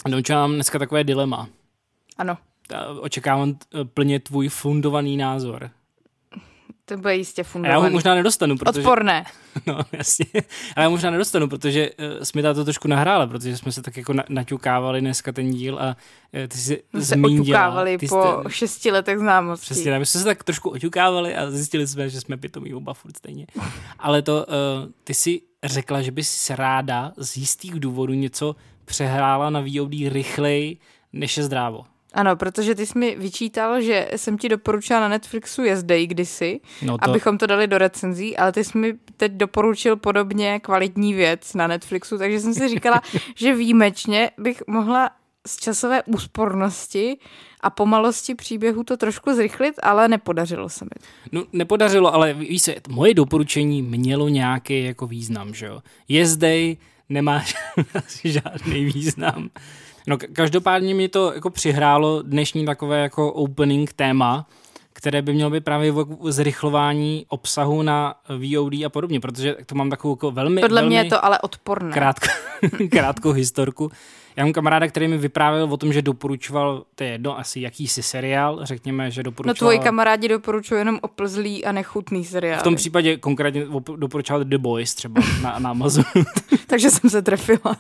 Mám dneska takové dilema. Ano. Očekávám plně tvůj fundovaný názor. To bude jistě fundovaný. Já ho možná nedostanu, protože... Odporné. No, jasně. Ale já možná nedostanu, protože jsme to trošku nahrála, protože jsme se tak jako naťukávali dneska ten díl a ty jsi zmínila. Oťukávali po 6 letech známosti. Přesně, my jsme se tak trošku oťukávali a zjistili jsme, že jsme pitomí oba furt stejně. Ale ty jsi řekla, že bys se ráda z jistých důvodů něco přehrála na VOD rychleji, než je zdrávo. Ano, protože ty jsi mi vyčítal, že jsem ti doporučila na Netflixu Yesterday kdysi, abychom to dali do recenzí, ale ty jsi mi teď doporučil podobně kvalitní věc na Netflixu, takže jsem si říkala, že výjimečně bych mohla z časové úspornosti a pomalosti příběhu to trošku zrychlit, ale nepodařilo se mi. No, nepodařilo, ale víš se, moje doporučení mělo nějaký jako význam, že jo. Yesterday nemá asi žádný význam. No, každopádně mi to jako přihrálo dnešní takové jako opening téma, které by mělo být právě o zrychlování obsahu na VOD a podobně, protože to mám takovou jako Podle mě je to ale odporné. Krátkou historku. Já mám kamaráda, který mi vyprávěl o tom, že doporučoval, to je jedno, asi jakýsi seriál, řekněme, že doporučoval... No tvoji kamarádi doporučují jenom oplzlý a nechutný seriál. V tom případě konkrétně doporučoval The Boys třeba na Amazonu. Takže jsem se trefila.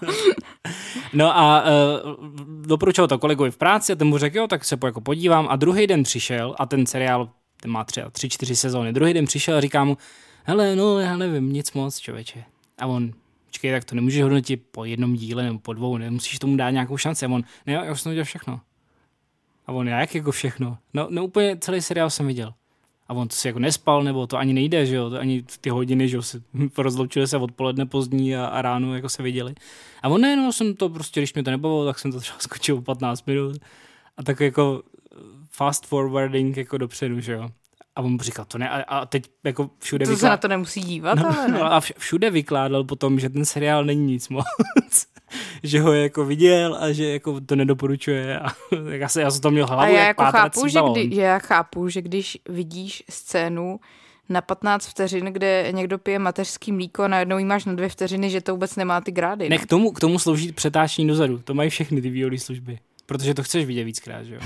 No a doporučoval to kolegovi v práci a ten mu řekl, jo, tak se jako podívám a druhý den přišel a ten seriál, ten má třeba 3-4 sezóny, druhý den přišel a říká mu, hele, no já nevím, nic moc, člověče. A on... Počkej, tak to nemůžeš hodnotit po jednom díle nebo po 2, nemusíš tomu dát nějakou šanci. A on, ne, já už jsem viděl všechno. A on, jak jako všechno? No úplně celý seriál jsem viděl. A on to si jako nespal, nebo to ani nejde, že jo, to ani ty hodiny, že jo, rozloučili se odpoledne pozdní a ráno jako se viděli. A on, ne, no jsem to prostě, když mě to nebavilo, tak jsem to třeba skočil o 15 minut. A tak jako fast forwarding jako dopředu, že jo. A on říkal, to ne, a teď jako všude vykládal. To se na to nemusí dívat, ale ne. No a všude vykládal potom, že ten seriál není nic moc. Že ho jako viděl a že jako to nedoporučuje. A já jsem to měl hlavu, a já jak jako chápu, že když vidíš scénu na 15 vteřin, kde někdo pije mateřský mlíko a najednou jí máš na 2 vteřiny, že to vůbec nemá ty grády. Ne, k tomu slouží přetáčení dozadu. To mají všechny ty VOD služby. Protože to chceš vidět víckrát, že jo?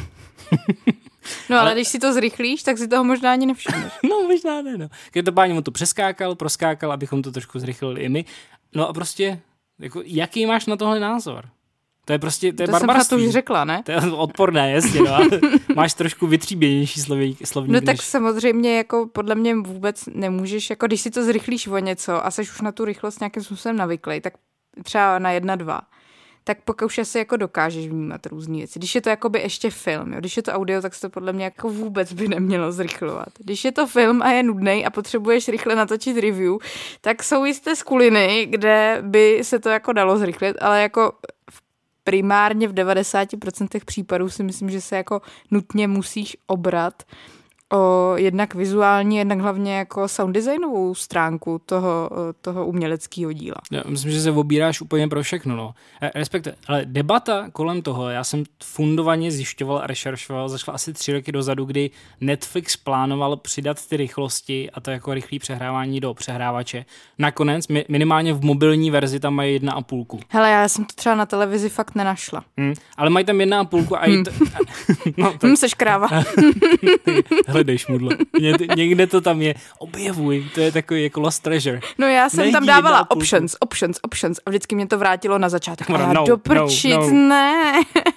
No ale když si to zrychlíš, tak si toho možná ani nevšimneš. No možná ne, no. Každopádně on to proskákal, abychom to trošku zrychlili i my. No a prostě, jako, jaký máš na tohle názor? To je prostě, to je barbarství. Jsem to už řekla, ne? To je odporné, jasně, no. Máš trošku vytříběnější slovník. No tak samozřejmě, jako podle mě vůbec nemůžeš, jako když si to zrychlíš o něco a seš už na tu rychlost nějakým způsobem navyklej, tak třeba na 1-2. Tak pokoušej se jako dokážeš vnímat různý věci. Když je to jakoby ještě film, jo? Když je to audio, tak se to podle mě jako vůbec by nemělo zrychlovat. Když je to film a je nudnej a potřebuješ rychle natočit review, tak jsou jisté skuliny, kde by se to jako dalo zrychlit, ale jako primárně v 90% případů si myslím, že se jako nutně musíš obrat o jednak vizuální, jednak hlavně jako sound designovou stránku toho uměleckého díla. Já myslím, že se obíráš úplně pro všechno, no. Respektive, ale debata kolem toho, já jsem fundovaně zjišťoval a rešeršoval, zašla asi 3 roky dozadu, kdy Netflix plánoval přidat ty rychlosti a to jako rychlý přehrávání do přehrávače. Nakonec, minimálně v mobilní verzi tam mají 1,5. Hele, já jsem to třeba na televizi fakt nenašla. Ale mají tam 1,5 a no, seš kráva. Hledej šmudlo. Někde to tam je. Objevuj. To je takový jako lost treasure. No já jsem tam dávala options a vždycky mě to vrátilo na začátek. A já doprčit, ne.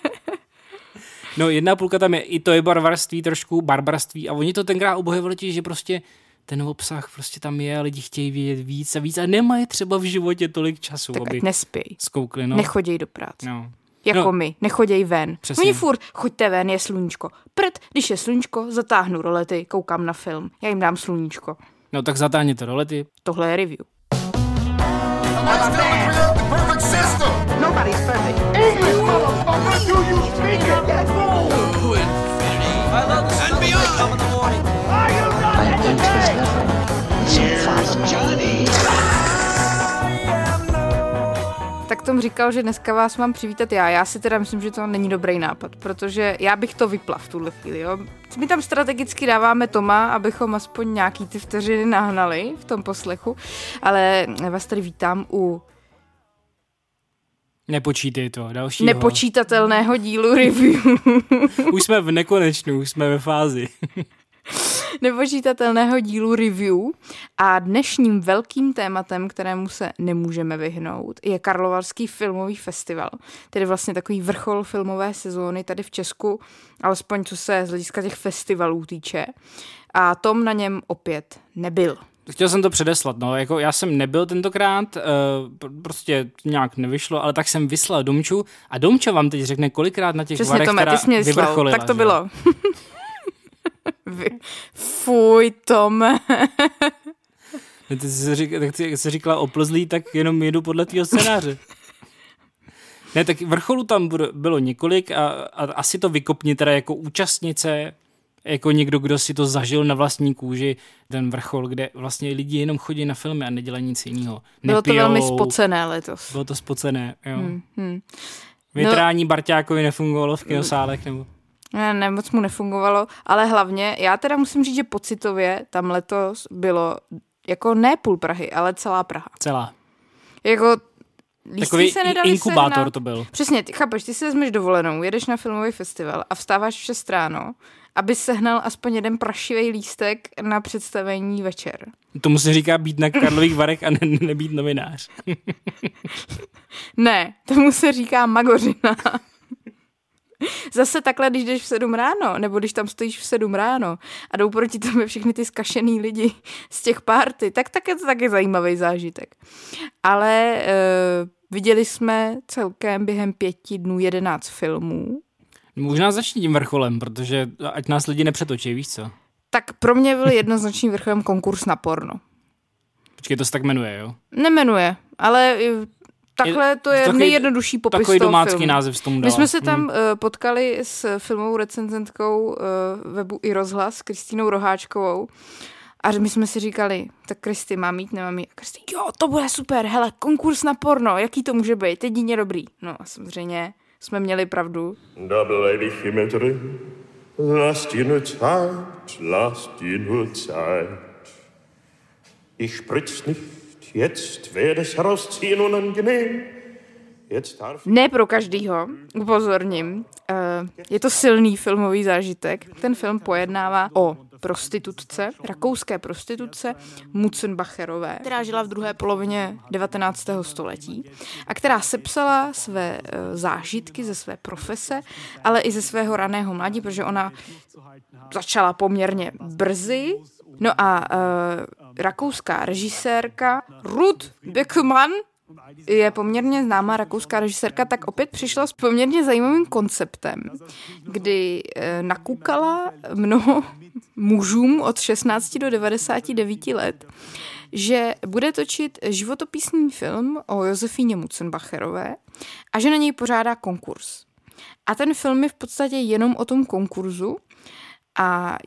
No 1,5 tam je. I to je trošku barbarství. A oni to tenkrát objevili, že prostě ten obsah prostě tam je a lidi chtějí vědět víc a víc a nemají třeba v životě tolik času, tak aby nespěj. Zkoukli. No. Nechoděj do práce. No. Jako my, nechoděj ven. Přesně. Oni furt, choďte ven, je sluníčko. Když je sluníčko, zatáhnu rolety, koukám na film. Já jim dám sluníčko. No tak zatáhněte rolety. Tohle je review. Nobody's perfect. English, motherfucker! Do you speak it? And beyond! Are you not entertained? Here's Johnny! Tak Tom říkal, že dneska vás mám přivítat já. Já si teda myslím, že to není dobrý nápad, protože já bych to vypla v tuhle chvíli, jo. My tam strategicky dáváme Toma, abychom aspoň nějaký ty vteřiny nahnali v tom poslechu, ale já vás tady vítám u Nepočítej to, dalšího. Nepočítatelného dílu review. Už jsme v nekonečnu, už jsme ve fázi. Nepočítatelného dílu review a dnešním velkým tématem, kterému se nemůžeme vyhnout, je Karlovarský filmový festival, tedy vlastně takový vrchol filmové sezóny tady v Česku, alespoň co se z hlediska těch festivalů týče. A Tom na něm opět nebyl. Chtěl jsem to předeslat, no, jako já jsem nebyl tentokrát, prostě nějak nevyšlo, ale tak jsem vyslal Domču a Domča vám teď řekne, kolikrát na těch Přesně, varech, Tome, která vyvrcholila. Tak to bylo. Fuj, Tome. Ty jsi říkala oplzlý, tak jenom jedu podle tvýho scénáře. Ne, tak vrcholů tam bylo několik a asi to vykopni teda jako účastnice, jako někdo, kdo si to zažil na vlastní kůži, ten vrchol, kde vlastně lidi jenom chodí na filmy a nedělají nic jiného. Bylo to velmi spocené letos. Bylo to spocené, jo. Větrání Barťákovi nefungovalo v kinosálech, nebo? Ne, moc mu nefungovalo, ale hlavně, já teda musím říct, že pocitově tam letos bylo jako ne půl Prahy, ale celá Praha. Celá. Jako takový se nedali inkubátor sehnat. To byl. Přesně, ty chápeš, ty si vezmeš dovolenou, jedeš na filmový festival a vstáváš v 6 ráno, aby sehnal aspoň jeden prašivý lístek na představení večer. Tomu se říká být na Karlových Varech a nebýt novinář. Ne, tomu se říká magořina. Zase takhle, když jdeš v 7 ráno, nebo když tam stojíš v 7 ráno a jdou proti tobě všechny ty zkašený lidi z těch party, tak je to taky zajímavý zážitek. Ale viděli jsme celkem během 5 dnů 11 filmů. Možná začni tím vrcholem, protože ať nás lidi nepřetočí, víš co? Tak pro mě byl jednoznačným vrcholem konkurs na porno. Počkej, to se tak jmenuje, jo? Nemenuje, ale takhle to je nejjednodušší popis toho filmu. Takový domácký název s tomu dala. My jsme se tam potkali s filmovou recenzentkou webu i rozhlas, Kristýnou Roháčkovou. A my jsme si říkali, tak Kristy, mám jít, nemám jít? A Kristy, jo, to bude super, hele, konkurs na porno, jaký to může být, jedině dobrý. No a samozřejmě jsme měli pravdu. Double ewig immer drin, lass dir nur Zeit, lass dir nur Zeit. Ich spritz nicht, jetzt werde es herausziehen unangenehm. Ne pro každýho, upozorním. Je to silný filmový zážitek. Ten film pojednává o prostitutce, rakouské prostitutce Mutzenbacherové, která žila v druhé polovině 19. století a která sepsala své zážitky ze své profese, ale i ze svého raného mládí, protože ona začala poměrně brzy. No a rakouská režisérka Ruth Beckmann je poměrně známá rakouská režisérka, tak opět přišla s poměrně zajímavým konceptem, kdy nakukala mnoho mužům od 16 do 99 let, že bude točit životopisný film o Josefíně Mutzenbacherové a že na něj pořádá konkurs. A ten film je v podstatě jenom o tom konkurzu a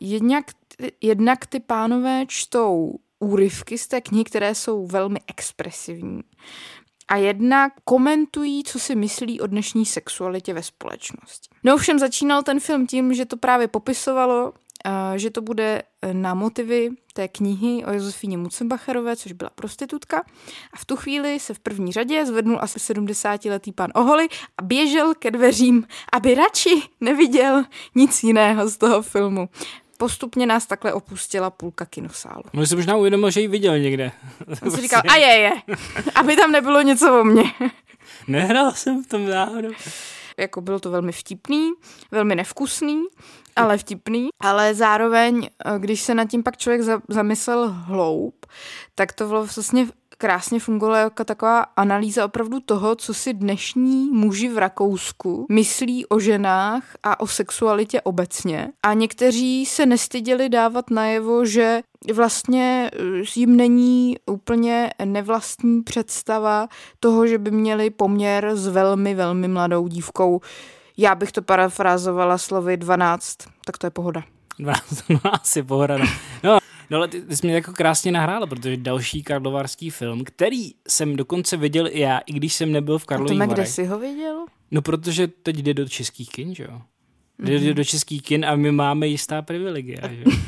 jednak ty pánové čtou úryvky z té knihy, které jsou velmi expresivní. A jednak komentují, co si myslí o dnešní sexualitě ve společnosti. No ovšem začínal ten film tím, že to právě popisovalo, že to bude na motivy té knihy o Josefíně Mutzenbacherové, což byla prostitutka. A v tu chvíli se v první řadě zvednul asi 70letý pán Oholi a běžel ke dveřím, aby radši neviděl nic jiného z toho filmu. Postupně nás takhle opustila půlka kinosálu. No, jsem možná uvědomil, že ji viděl někde. On si říkal, a je, aby tam nebylo něco o mně. Nehrál jsem v tom náhodou. Jako bylo to velmi vtipný, velmi nevkusný, ale vtipný. Ale zároveň, když se nad tím pak člověk zamyslel hloub, tak to vlastně krásně fungovalo jako taková analýza opravdu toho, co si dnešní muži v Rakousku myslí o ženách a o sexualitě obecně. A někteří se nestyděli dávat najevo, že vlastně jim není úplně nevlastní představa toho, že by měli poměr s velmi, velmi mladou dívkou. Já bych to parafrázovala slovy 12, tak to je pohoda. 12, no asi pohoda. No ale ty jsi mě jako krásně nahrála, protože další karlovarský film, který jsem dokonce viděl i já, i když jsem nebyl v Karlových Varech. Kde jsi ho viděl? No protože teď jde do českých kin, že jo? Jde do českých kin a my máme jistá privilegia, že jo?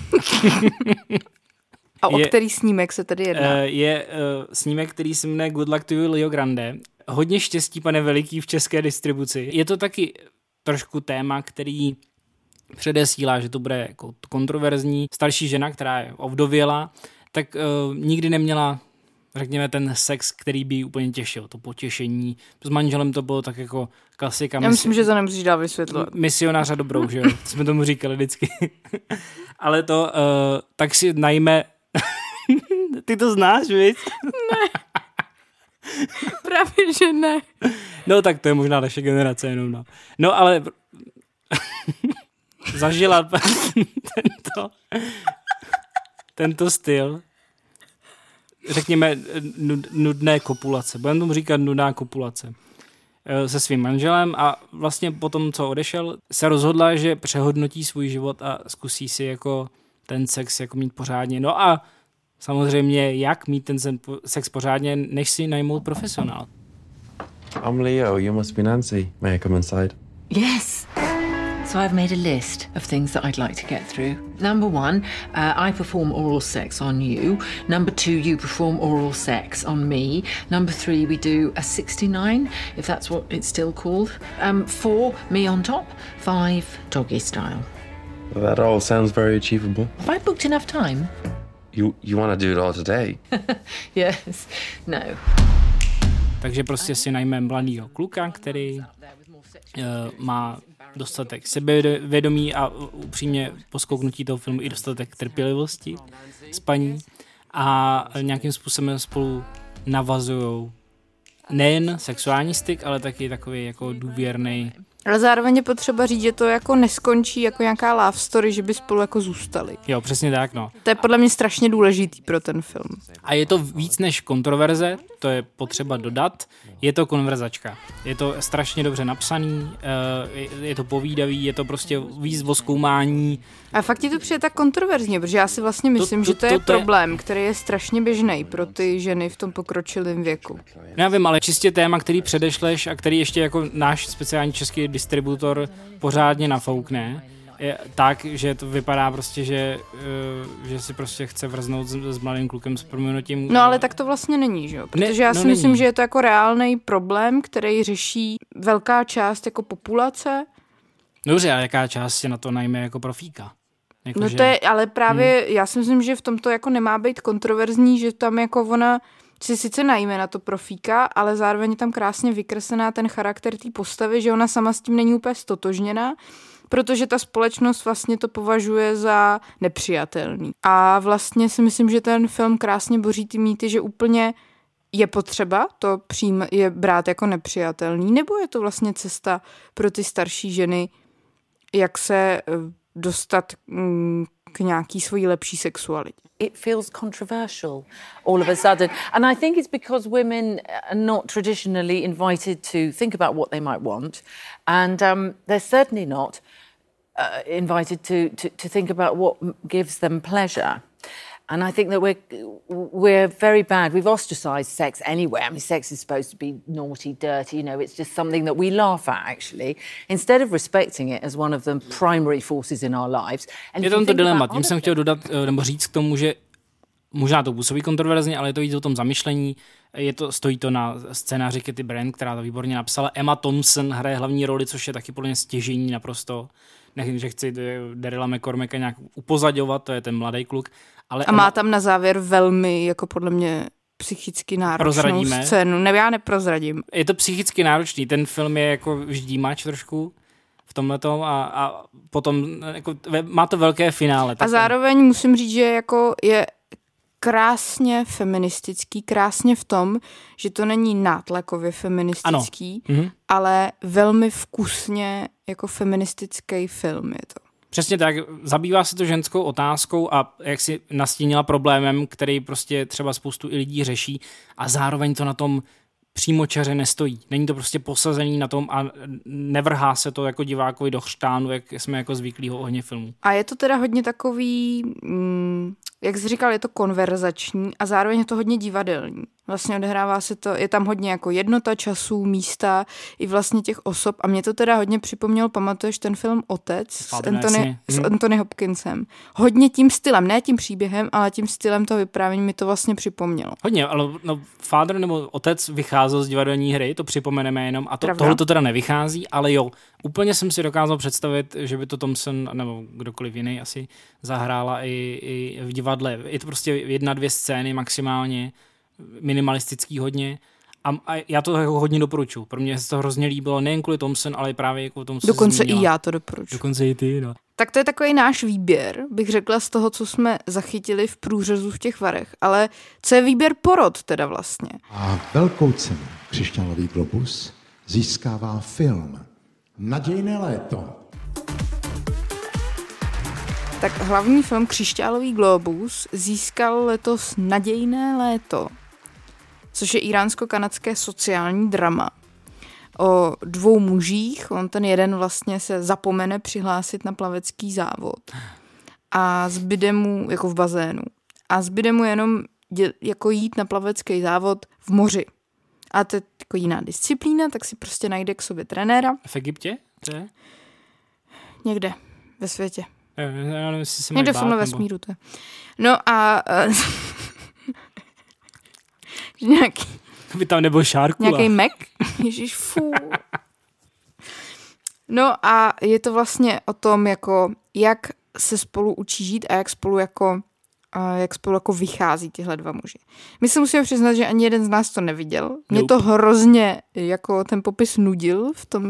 A o který snímek se tedy jedná? Je snímek, který se jmenuje Good Luck to You, Rio Grande. Hodně štěstí, pane Veliký, v české distribuci. Je to taky trošku téma, který předesílá, že to bude jako kontroverzní. Starší žena, která je ovdověla, tak nikdy neměla, řekněme, ten sex, který by jí úplně těšil, to potěšení. S manželem to bylo tak jako klasika. Já myslím, že to nemusíš dál vysvětlovat. Misionáře dobrou, že jo? To jsme tomu říkali vždycky. Ale to, tak si najme... Ty to znáš, viď? Ne. Právě, že ne. No tak to je možná naše generace jenom. No ale zažila tento styl, řekněme, nudné kopulace. Budeme tomu říkat nudná kopulace se svým manželem a vlastně po tom, co odešel, se rozhodla, že přehodnotí svůj život a zkusí si jako ten sex jako mít pořádně. No a samozřejmě, jak mít ten sex pořádně, než si najmout profesionál. I'm Leo, you must be Nancy. May I come inside? Yes. So I've made a list of things that I'd like to get through. Number 1, I perform oral sex on you. Number 2, you perform oral sex on me. Number 3, we do a 69, if that's what it's still called. 4, me on top. 5, doggy style. That all sounds very achievable. Have I booked enough time? You want to do it all today? Yes. No. Takže prostě si najme mladýho kluka, který má dostatek sebevědomí a upřímně po zkouknutí toho filmu i dostatek trpělivosti s paní a nějakým způsobem spolu navazujou nejen sexuální styk, ale taky takový jako důvěrný. Ale zároveň je potřeba říct, že to jako neskončí jako nějaká love story, že by spolu jako zůstali. Jo, přesně tak, no. To je podle mě strašně důležitý pro ten film. A je to víc než kontroverze, to je potřeba dodat, je to konverzačka. Je to strašně dobře napsaný, je to povídavý, je to prostě víc o zkoumání. A fakt ti to přijde tak kontroverzně, protože já si vlastně myslím, že to je problém, který je strašně běžný pro ty ženy v tom pokročilém věku. Já vím, ale čistě téma, který předešleš a který ještě jako náš speciální český distributor pořádně nafoukne, je tak, že to vypadá prostě, že si prostě chce vrznout s mladým klukem s proměnutím. No ale tak to vlastně není, že jo? Protože já si myslím, že je to jako reálný problém, který řeší velká část jako populace. Dobře, ale jaká část se na to najme jako profíka? Jako no to je, ale právě já si myslím, že v tom to jako nemá být kontroverzní, že tam jako ona si sice najme na to profíka, ale zároveň je tam krásně vykreslená ten charakter té postavy, že ona sama s tím není úplně stotožněná, protože ta společnost vlastně to považuje za nepřijatelný. A vlastně si myslím, že ten film krásně boří ty mýty, že úplně je potřeba to je brát jako nepřijatelný, nebo je to vlastně cesta pro ty starší ženy, jak se dostat k nějaký svojí lepší sexualitě. It feels controversial all of a sudden. And I think it's because women are not traditionally invited to think about what they might want. And they're certainly not invited to think about what gives them pleasure. And I think that we're very bad. We've ostracized sex anyway. I mean, sex is supposed to be naughty, dirty, you know, it's just something that we laugh at, actually, instead of respecting it as one of the primary forces in our lives. Je tam to dilema. Tím jsem chtěl dodat, nebo říct k tomu, že možná to působí kontroverzně, ale je to víc o tom zamyšlení. Stojí to na scénáři Katy Brand, která to výborně napsala. Emma Thompson hraje hlavní roli, což je taky podle mě stěžení naprosto. Nechci, že chci Daryla McCormacka nějak upozaďovat, to je ten mladý kluk. Ale a má tam na závěr velmi, jako podle mě, psychicky náročnou scénu. Ne, já neprozradím. Je to psychicky náročný, ten film je jako ždímač trošku v tomhletom a potom jako, má to velké finále. A zároveň musím říct, že jako je krásně feministický, krásně v tom, že to není nátlakově feministický, ale velmi vkusně jako feministický film je to. Přesně tak, zabývá se to ženskou otázkou a jak si nastínila problémem, který prostě třeba spoustu i lidí řeší a zároveň to na tom přímočaře nestojí. Není to prostě posazený na tom a nevrhá se to jako divákovi do chřtánu, jak jsme jako zvyklí o ohně filmu. A je to teda hodně takový jak jsi říkal, je to konverzační a zároveň je to hodně divadelní. Vlastně odehrává se to, je tam hodně jako jednota časů, místa i vlastně těch osob a mě to teda hodně připomnělo, pamatuješ ten film Otec s Anthony Hopkinsem. Hodně tím stylem, ne tím příběhem, ale tím stylem toho vyprávění mi to vlastně připomnělo. Hodně, ale no, Father nebo Otec vycházel z divadelní hry, to připomeneme jenom a tohle to teda nevychází, ale jo, úplně jsem si dokázal představit, že by to Thompson nebo kdokoliv jiný asi zahrála i v divadle. Je to prostě 1-2 scény maximálně, minimalistický hodně a já to jako hodně doporučuji. Pro mě se to hrozně líbilo, nejen kvůli Thompson, ale právě jako tomu, co dokonce i já to doporučuji. Dokonce i ty, no. Tak to je takový náš výběr, bych řekla z toho, co jsme zachytili v průřezu v těch varech. Ale co je výběr porod teda vlastně? A velkou cenu Křišťálový globus získává film Nadějné léto. Tak hlavní film Křišťálový globus získal letos Nadějné léto, což je iránsko-kanadské sociální drama o 2 mužích. On ten jeden vlastně se zapomene přihlásit na plavecký závod a zbyde mu, jako v bazénu, a zbyde mu jenom jako jít na plavecký závod v moři. A to je jako jiná disciplína, tak si prostě najde k sobě trenéra. V Egyptě? To je? Někde ve světě. Já nevím, jestli se někde v tomhle vesmíru to je. No a nějaký... By tam nebyl Šárkula. Nějaký Mac. Ježiš, fů. No a je to vlastně o tom, jako, jak se spolu učí žít a jak spolu jako vychází tyhle 2 muži. My se musíme přiznat, že ani jeden z nás to neviděl. Mě to hrozně jako ten popis nudil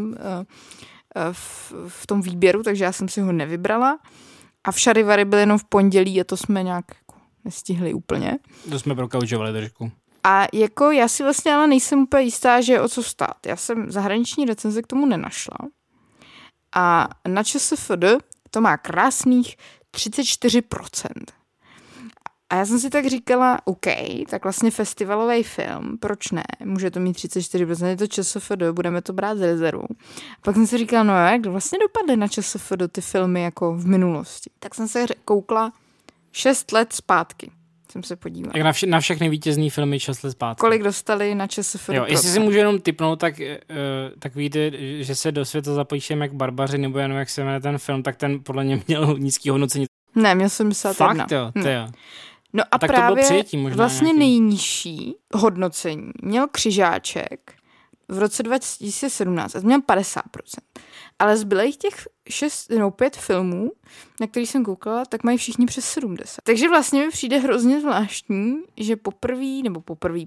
v tom výběru, takže já jsem si ho nevybrala. A v Šarivary byl jenom v pondělí a to jsme nějak jako nestihli úplně. To jsme prokaučovali trošku. A jako já si vlastně ale nejsem úplně jistá, že je o co stát. Já jsem zahraniční recenze k tomu nenašla. A na ČSFD to má krásných 34%. A já jsem si tak říkala, OK, tak vlastně festivalový film, proč ne? Může to mít 34%, je to ČSFD, budeme to brát z rezervu. A pak jsem si říkala, no jak vlastně dopadly na ČSFD ty filmy jako v minulosti. Tak jsem se koukla 6 let zpátky. Jsem se podívala. Jak na všechny vítězný filmy 6 let zpátky. Kolik dostali na ČSFD? Jo, jestli si můžu jenom tipnout, tak víte, že se do světa zapíšeme jak barbaři, nebo jenom jak se jmenuje ten film, tak ten podle mě měl nízký hodnocení. Ne, měl jsem 71. Fakt jo, to jo. No a tak právě to bylo přijetí možná vlastně nějaký. nejnižší hodnocení měl Křižáček v roce 2017 a měl 50%. Ale zbylých těch 5 filmů, na který jsem koukala, tak mají všichni přes 70. Takže vlastně mi přijde hrozně zvláštní, že poprvé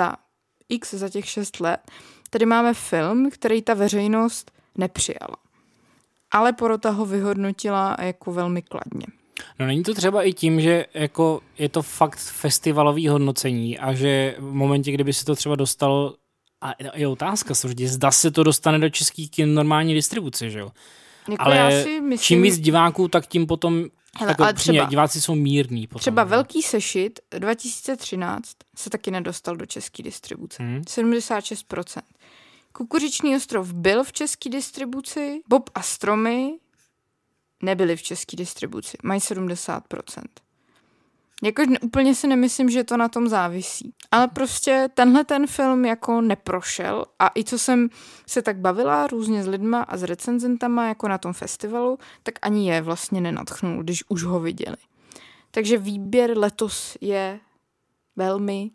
za těch 6 let tady máme film, který ta veřejnost nepřijala. Ale porota ho vyhodnotila jako velmi kladně. No není to třeba i tím, že jako je to fakt festivalový hodnocení a že v momentě, kdyby se to třeba dostalo, a je otázka, zda se to dostane do českých kin normální distribuce, že jo? Jako ale já si myslím, čím víc diváků, tak tím potom ale třeba, diváci jsou mírní. Potom, třeba ne? Velký sešit 2013 se taky nedostal do české distribuce. 76%. Kukuřičný ostrov byl v české distribuci, Bob a stromy nebyly v české distribuci. Mají 70%. Jako úplně si nemyslím, že to na tom závisí. Ale prostě tenhle ten film jako neprošel a i co jsem se tak bavila různě s lidma a s recenzentama jako na tom festivalu, tak ani je vlastně nenadchnul, když už ho viděli. Takže výběr letos je velmi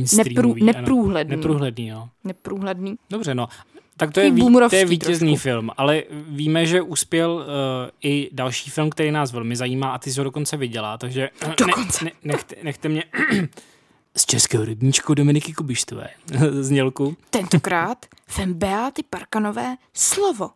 neprůhledný. Jo. Neprůhledný. Dobře, no. Tak to je vítězný trošku. Film, ale víme, že uspěl i další film, který nás velmi zajímá a ty jsi ho dokonce viděla, takže nechte mě z českého rybníčku Dominiky Kubištové znělku. Tentokrát film Beaty Parkanové Slovo.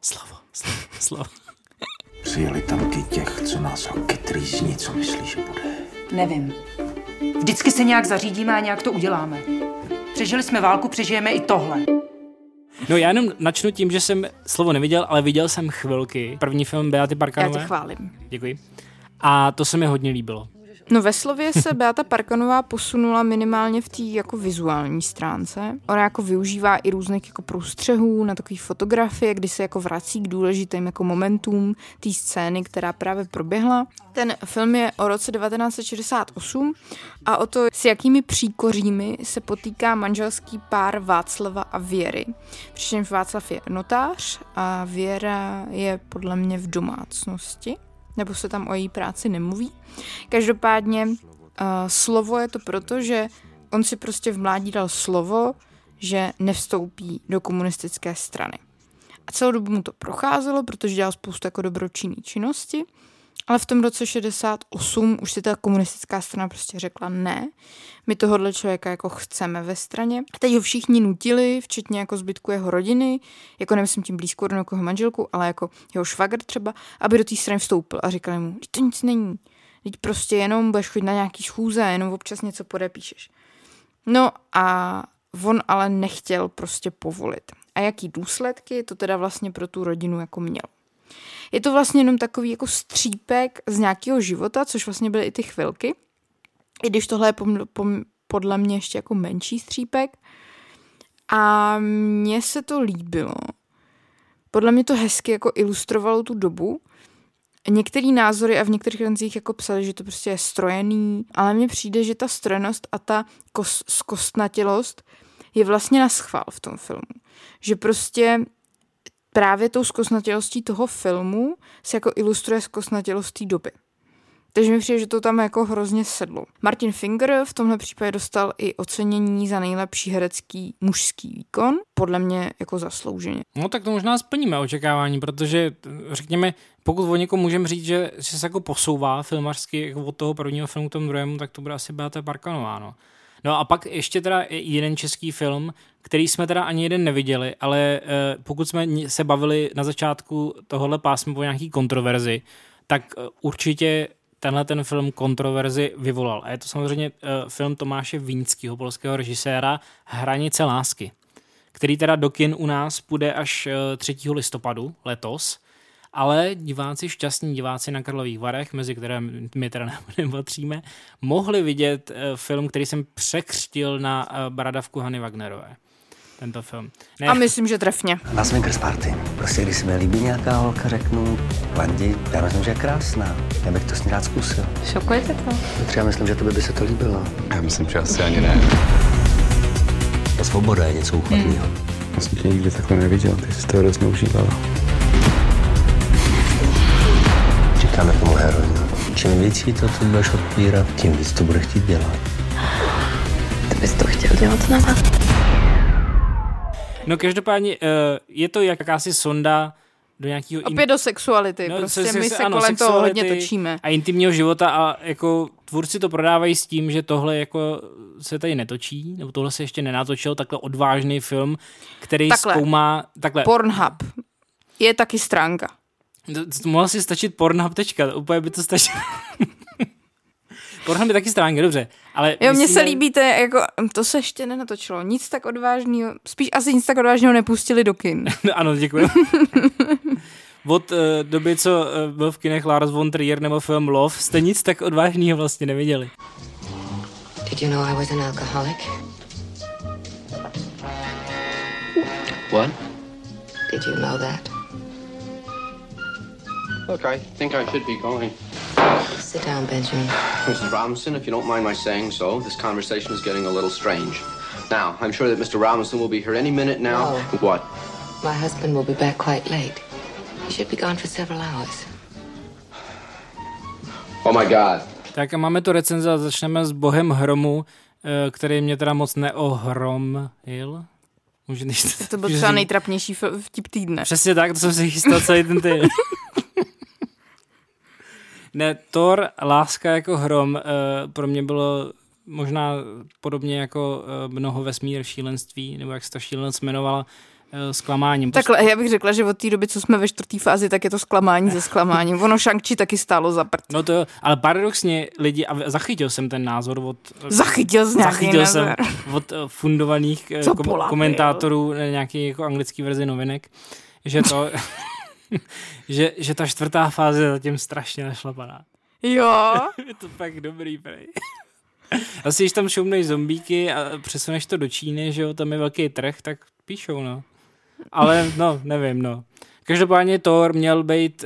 Přijeli tanky těch, co nás kytrýzní, co myslí, že bude? Nevím. Vždycky se nějak zařídíme a nějak to uděláme. Přežili jsme válku, přežijeme i tohle. No já jenom načnu tím, že jsem Slovo neviděl, ale viděl jsem Chvilky. První film Beaty Parkanové. Já tě chválím. Děkuji. A to se mi hodně líbilo. No ve slově se Beata Parkanová posunula minimálně v té jako vizuální stránce. Ona jako využívá i různých jako průstřehů na takové fotografie, kdy se jako vrací k důležitým jako momentům té scény, která právě proběhla. Ten film je o roce 1968 a o to, s jakými příkořími se potýká manželský pár Václava a Věry. Přičemž Václav je notář a Věra je podle mě v domácnosti, nebo se tam o její práci nemluví. Každopádně slovo je to proto, že on si prostě v mládí dal slovo, že nevstoupí do komunistické strany. A celou dobu mu to procházelo, protože dělal spoustu jako dobročinné činnosti, ale v tom roce 68 už si ta komunistická strana prostě řekla ne, my tohohle člověka jako chceme ve straně. A teď ho všichni nutili, včetně jako zbytku jeho rodiny, jako nemyslím tím blízkou rodinu jako jeho manželku, ale jako jeho švagr třeba, aby do té strany vstoupil a říkali mu, to nic není, teď prostě jenom budeš chodit na nějaký schůze, jenom občas něco podepíšeš. No a on ale nechtěl prostě povolit. A jaký důsledky to teda vlastně pro tu rodinu jako měl. Je to vlastně jenom takový jako střípek z nějakého života, což vlastně byly i ty chvilky. I když tohle je podle mě ještě jako menší střípek. A mně se to líbilo. Podle mě to hezky jako ilustrovalo tu dobu. Některé názory a v některých renzích jako psali, že to prostě je strojený, ale mně přijde, že ta strojenost a ta zkostnatělost je vlastně na schvál v tom filmu. Že prostě právě tou zkostnatělostí toho filmu se jako ilustruje zkostnatělost té doby. Takže mi přijde, že to tam jako hrozně sedlo. Martin Finger v tomhle případě dostal i ocenění za nejlepší herecký mužský výkon. Podle mě jako zaslouženě. No tak to možná splníme očekávání, protože řekněme, pokud o někom můžeme říct, že se jako posouvá filmařsky jako od toho prvního filmu k tomu druhému, tak to bude asi Beata Parkanová, no. No a pak ještě teda jeden český film, který jsme teda ani jeden neviděli, ale pokud jsme se bavili na začátku tohohle pásma po nějaký kontroverzi, tak určitě tenhle ten film kontroverzi vyvolal. A je to samozřejmě film Tomáše Vínského, polského režiséra Hranice lásky, který teda do kin u nás půjde až 3. listopadu letos, ale šťastní diváci na Karlových Varech, mezi které my teda nepatříme, mohli vidět film, který jsem překřtil na bradavku Hany Wagnerové. Tento film. Ne. A myslím, že trefně. Na swingers party. Prostě když se mi líbí nějaká holka, řeknu, Vandi, já myslím, že je krásná. Já bych to s ní rád zkusil. Šokujete to? Já myslím, že tobě by se to líbilo. Já myslím, že asi ani ne. Ta svoboda je něco úchvatného. Já jsem tě nikdy takhle neviděl, ty jsi to hrozně užívala. Říkáme tomu heroin. Čím víc jí to tu budeš odpírat, tím víc to bude chtít dělat. Ty bys to chtěl dělat znova? No každopádně je to jakási sonda do nějakého... Opět do sexuality, no, prostě my se kolem toho hodně točíme. A intimního života a jako tvůrci to prodávají s tím, že tohle jako se tady netočí, nebo tohle se ještě nenatočil, takhle odvážný film, který zkoumá... Takhle. Pornhub je taky stránka. Mohla si stačit Pornhub, úplně by to stačilo. Pornhub je taky stránka, dobře. Ale jo, mně se líbíte, jako, to se ještě nenatočilo. Nic tak odvážného, spíš asi nic tak odvážného nepustili do kin. Ano, děkuji. Od doby, co byl v kinech Lars von Trier nebo film Love, jste nic tak odvážného vlastně neviděli. Did you know I was an alcoholic? What? Did you know that? Look, I think I should be going. Sit down, Benjamin. Mrs. Robinson, if you don't mind my saying so, this conversation is getting a little strange. Now, I'm sure that Mr. Robinson will be here any minute now. No. What? My husband will be back quite late. He should be gone for several hours. Oh my God. Tak a máme tu recenze a začneme s Bohem hromu, který mě teda moc neohromil. To byl třeba nejtrapnější vtip týdne. Přesně tak, to jsem si chystal celý ten týden. Ne, Thor, Láska jako hrom, pro mě bylo možná podobně jako Mnoho vesmír šílenství, nebo jak se ta šílenost jmenovala, zklamáním. Takhle, já bych řekla, že od té doby, co jsme ve 4. fázi, tak je to zklamání ze zklamáním. Ono Shang-Chi taky stálo za prd. No to, ale paradoxně lidi, a zachytil jsem ten názor od... Zachytil jsem od fundovaných komentátorů nějaký jako anglický verzi novinek, že to... že ta 4. fáze je zatím strašně našlapaná. Jo. Je to fakt dobrý, prej. Asi, když tam šoumneš zombíky a přesuneš to do Číny, že jo, tam je velký trh, tak píšou, no. Ale, no, nevím, no. Každopádně Thor měl být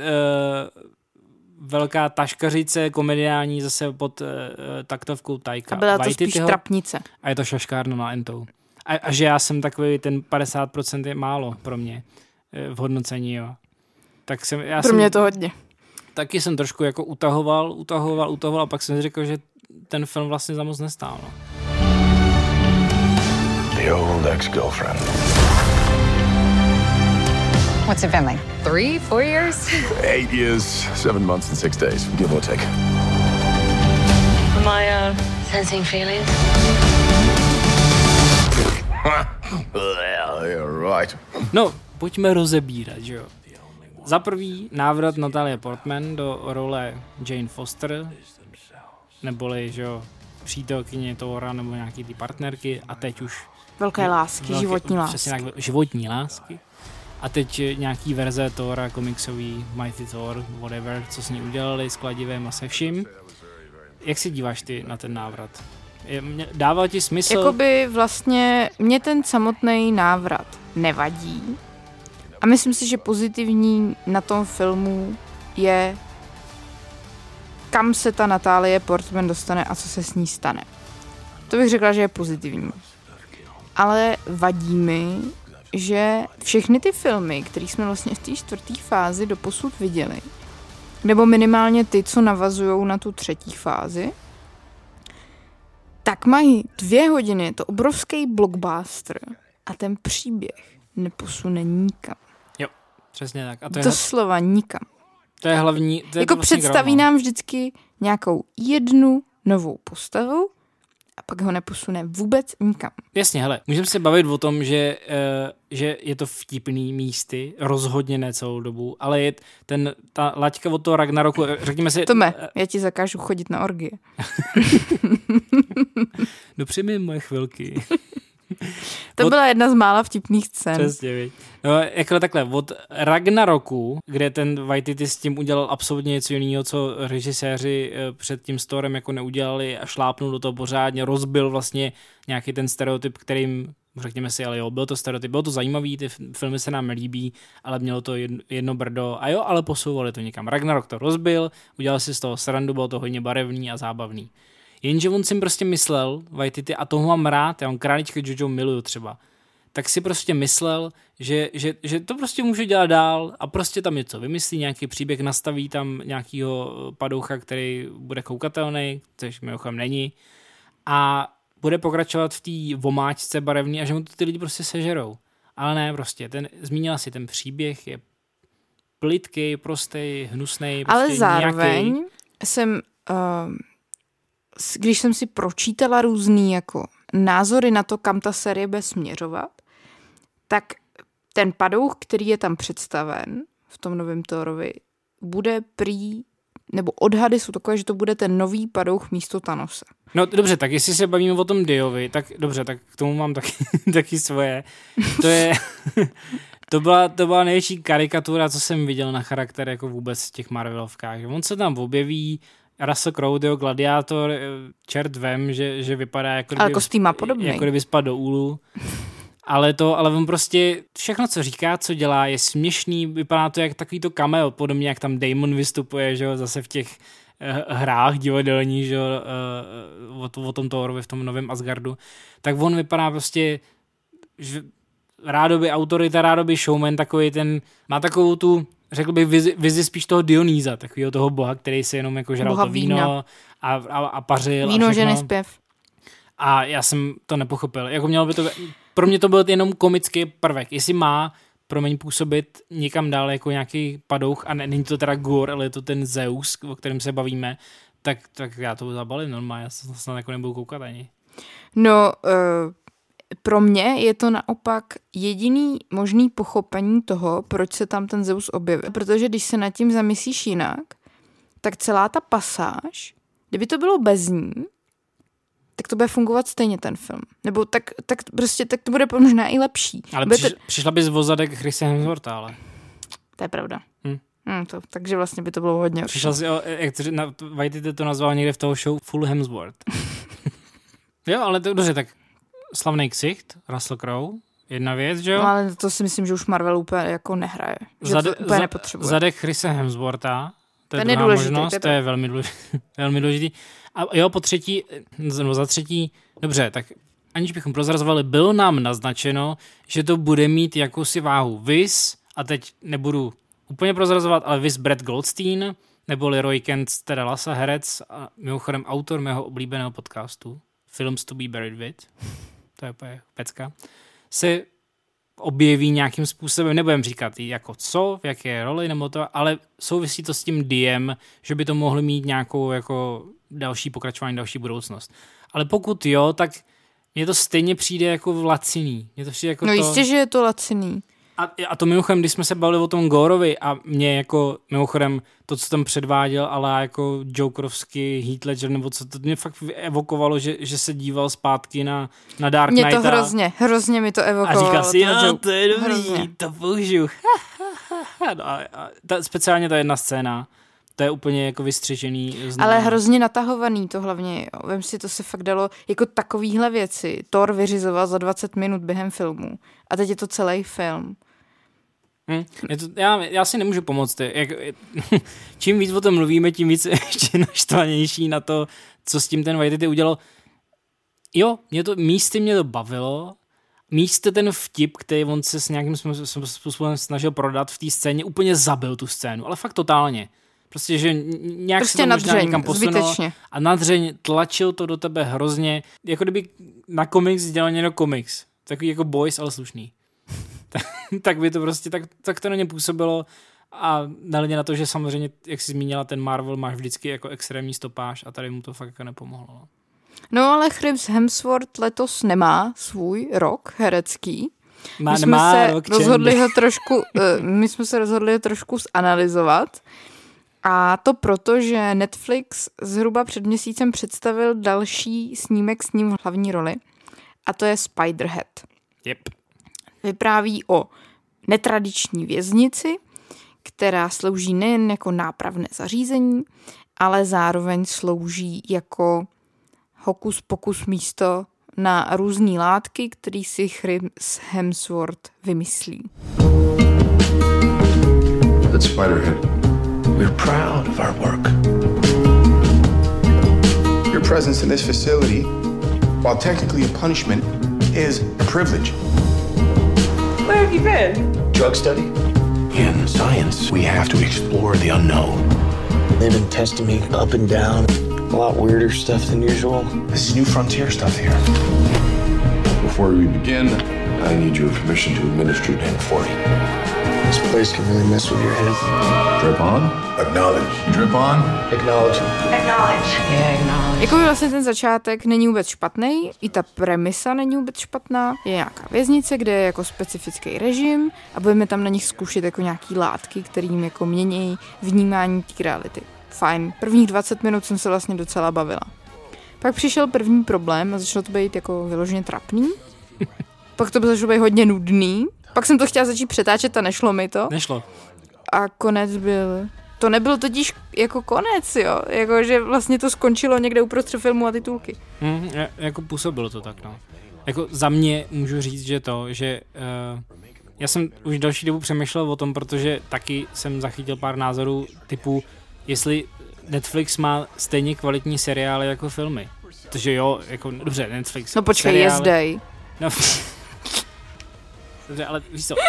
velká taškařice komediální zase pod taktovkou Taika. A byla to Waititiho. spíš trapnice. A je to šaškárno na entou. A že já jsem takový, ten 50% je málo pro mě v hodnocení, jo. Tak pro mě je to hodně. Taky jsem trošku jako utahoval a pak jsem si řekl, že ten film vlastně za moc nestál. No. The old ex-girlfriend. What's it been like? 3, 4 years? 8 years, 7 months and 6 days, give or take. Am I sensing feelings? Well, you're right. No, pojďme rozebírat, že jo. Za prvý návrat Natalie Portman do role Jane Foster, neboli, že jo, přítelkyně Thora nebo nějaký ty partnerky a teď už... Velké lásky, životní lásky. Přesně tak, životní lásky. A teď nějaký verze Thora, komiksový, Mighty Thor, whatever, co s ní udělali, s kladivem a se vším. Jak se díváš ty na ten návrat? Dává ti smysl? Jakoby vlastně mě ten samotný návrat nevadí. A myslím si, že pozitivní na tom filmu je, kam se ta Natalie Portman dostane a co se s ní stane. To bych řekla, že je pozitivní. Ale vadí mi, že všechny ty filmy, které jsme vlastně v té 4. fázi doposud viděli, nebo minimálně ty, co navazují na tu 3. fázi, tak mají 2 hodiny, je to obrovský blockbuster a ten příběh neposune nikam. Jo, přesně tak. A to je doslova nikam. To je hlavní. To je jako to vlastně představí nám vždycky nějakou jednu novou postavu a pak ho neposune vůbec nikam. Jasně, hele, můžeme se bavit o tom, že je to vtipný místy, rozhodně ne celou dobu, ale je ta laťka od toho Ragnaroku, řekněme si... Tome, já ti zakážu chodit na orgie. Dopři mi moje chvilky. To byla jedna z mála vtipných scén. Přesně, viď. No, jako takhle, od Ragnaroku, kde ten Waititi s tím udělal absolutně něco jiného, co režiséři před tím Storem jako neudělali a šlápnul do toho pořádně, rozbil vlastně nějaký ten stereotyp, kterým, řekněme si, ale jo, byl to stereotyp, bylo to zajímavý, ty filmy se nám líbí, ale mělo to jedno brdo a jo, ale posouvali to někam. Ragnarok to rozbil, udělal si z toho srandu, bylo to hodně barevný a zábavný. Jenže on si prostě myslel, Waititi, a toho mám rád, já mám Králička Jojo miluju třeba, tak si prostě myslel, že to prostě může dělat dál a prostě tam něco vymyslí, nějaký příběh, nastaví tam nějakýho padoucha, který bude koukatelný, což mimochodem není, a bude pokračovat v té vomáčce barevný a že mu to ty lidi prostě sežerou. Ale ne, prostě, zmínila si, ten příběh je plytký, prostý, hnusnej, prostě ale zároveň nějaký. jsem... když jsem si pročítala různý jako názory na to, kam ta série bude směřovat, tak ten padouch, který je tam představen v tom novém Thorovi, bude nebo odhady jsou takové, že to bude ten nový padouch místo Thanose. No dobře, tak jestli se bavíme o tom Diovi, tak dobře, tak k tomu mám taky svoje. To byla největší karikatura, co jsem viděl na charakter jako vůbec v těch Marvelovkách. On se tam objeví, Russell Crowe, gladiátor, čert vem, že vypadá jako ale kostým má podobný. Jako kdyby spadl do úlu. Ale on prostě všechno, co říká, co dělá, je směšný, vypadá to jak takový to cameo, podobně jak tam Damon vystupuje, že jo, zase v těch hrách divadelní, že jo, o tom Thorovi v tom novém Asgardu. Tak on vypadá prostě, že rádoby autorita, rádoby showman, takový ten, má takovou tu, řekl bych, vizi spíš toho Dionýza, takového toho boha, který si jenom jako žral to víno a pařil. Víno, ženy, zpěv. A já jsem to nepochopil. Jako pro mě to byl jenom komický prvek. Jestli má působit někam dál jako nějaký padouch a není to teda Gore, ale je to ten Zeus, o kterém se bavíme, tak já to zabalím normálně. Já se snad jako nebudu koukat ani. No, pro mě je to naopak jediný možný pochopení toho, proč se tam ten Zeus objevil. Protože když se nad tím zamyslíš jinak, tak celá ta pasáž, kdyby to bylo bez ní, tak to bude fungovat stejně ten film. Nebo tak to bude možná i lepší. Ale přišla bys o zadek Chrise Hemswortha, ale. To je pravda. Takže vlastně by to bylo hodně. Přišel si, jak Waititi to nazval někde v toho show Full Hemsworth. Jo, ale to dobře, tak slavný ksicht, Russell Crowe, jedna věc, že jo? No, ale to si myslím, že už Marvel úplně jako nehraje. Že to úplně nepotřebuje. Zadek Chrise Hemswortha, to je druhá možnost, to je velmi důležitý. A jo, za třetí, dobře, tak aniž bychom prozrazovali, bylo nám naznačeno, že to bude mít jakousi váhu. Viz, a teď nebudu úplně prozrazovat, ale viz Brad Goldstein, neboli Roy Kent, teda Lasa, herec a mimochodem autor mého oblíbeného podcastu Films to be buried with, to je úplně pecka, se objeví nějakým způsobem, nebudem říkat jako co, v jaké roli, nebo to, ale souvisí to s tím DM, že by to mohlo mít nějakou jako další pokračování, další budoucnost. Ale pokud jo, tak mně to stejně přijde jako laciný. Mně to přijde jako jistě, že je to laciný. A to mimochodem, když jsme se bavili o tom Gorovi a mě jako mimochodem to, co tam předváděl, ale jako Jokerovský Heath Ledger, nebo co, to mě fakt evokovalo, že se díval zpátky na Dark Knighta. Mě to hrozně mi to evokovalo. A říkal si, to je dobrý, hrozně. To použiju. Speciálně ta jedna scéna, to je úplně jako vystřižený. Ale hrozně natahovaný to hlavně. Jo. Vem si, to se fakt dalo jako takovýhle věci. Thor vyřizoval za 20 minut během filmu. A teď je to celý film. Já si nemůžu pomoct. Čím víc o tom mluvíme, tím víc ještě naštvanější na to, co s tím ten Waititi udělal. Jo, místy mě to bavilo. Místy ten vtip, který on se s nějakým způsobem snažil prodat v té scéně, úplně zabil tu scénu. Ale fakt totálně. Prostě, že nějak se to možná někam posunulo zbytečně. A nadřeň tlačil to do tebe hrozně, jako kdyby na komiks dělal někdo komiks. Takový jako boys, ale slušný. Tak by to prostě, tak to na ně působilo a nehledě na to, že samozřejmě, jak jsi zmínila, ten Marvel máš vždycky jako extrémní stopáž a tady mu to fakt jako nepomohlo. No ale Chris Hemsworth letos nemá svůj rok herecký. My jsme se rozhodli ho trošku zanalizovat. A to proto, že Netflix zhruba před měsícem představil další snímek s ním v hlavní roli. A to je Spiderhead. Yep. Vypráví o netradiční věznici, která slouží nejen jako nápravné zařízení, ale zároveň slouží jako hokus pokus místo na různý látky, který si Chris Hemsworth vymyslí. That's Spiderhead. We're proud of our work. Your presence in this facility, while technically a punishment, is a privilege. Where have you been? Drug study. In science, we have to explore the unknown. They've been testing me up and down. A lot weirder stuff than usual. This is new frontier stuff here. Before we begin, I need your permission to administer Dan 40. This place can really mess with your head. Drip on? Acknowledge. Drip on? Acknowledge. Acknowledge. Yeah, acknowledge. Jako vlastně ten začátek není vůbec špatný, i ta premisa není vůbec špatná. Je nějaká věznice, kde je jako specifický režim a budeme tam na nich zkoušet jako nějaký látky, kterým jako mění vnímání té reality. Fajn. Prvních 20 minut jsem se vlastně docela bavila. Pak přišel první problém a začalo to být jako vyloženě trapný. Pak to začalo být hodně nudný. Pak jsem to chtěla začít přetáčet a nešlo mi to. Nešlo. A konec byl... To nebyl totiž jako konec, jo. Jako, že vlastně to skončilo někde uprostřed filmu a titulky. Jako působilo to tak, no. Jako za mě můžu říct, že já jsem už další dobu přemýšlel o tom, protože taky jsem zachytil pár názorů typu, jestli Netflix má stejně kvalitní seriály jako filmy. Protože jo, jako dobře, Netflix. No počkej, seriály, jezdej. No, dobře, ale víš co?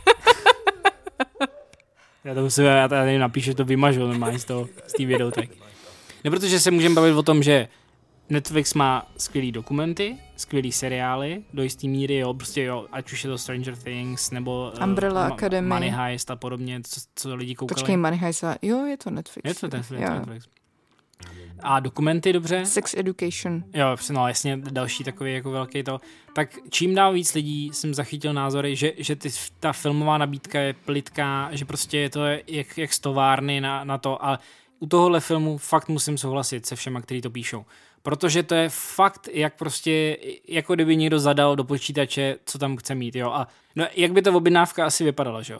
Já tady napíšu, že to vymažu normálně z té videotek. Ne, protože se můžeme bavit o tom, že Netflix má skvělý dokumenty, skvělý seriály, do jistý míry, jo, prostě jo, ať už je to Stranger Things, nebo Umbrella Academy, Money Heist a podobně, co lidi koukali. Počkej, Money Heist, jo, je to Netflix. Je to Netflix. A dokumenty, dobře? Sex Education. Jo, no jasně, další takový jako velký to. Tak čím dál víc lidí jsem zachytil názory, že ta filmová nabídka je plitká, že prostě je to jak z továrny na to a u tohohle filmu fakt musím souhlasit se všema, kteří to píšou. Protože to je fakt, jak prostě, jako kdyby někdo zadal do počítače, co tam chce mít, jo. A no, jak by ta objednávka asi vypadala, že jo?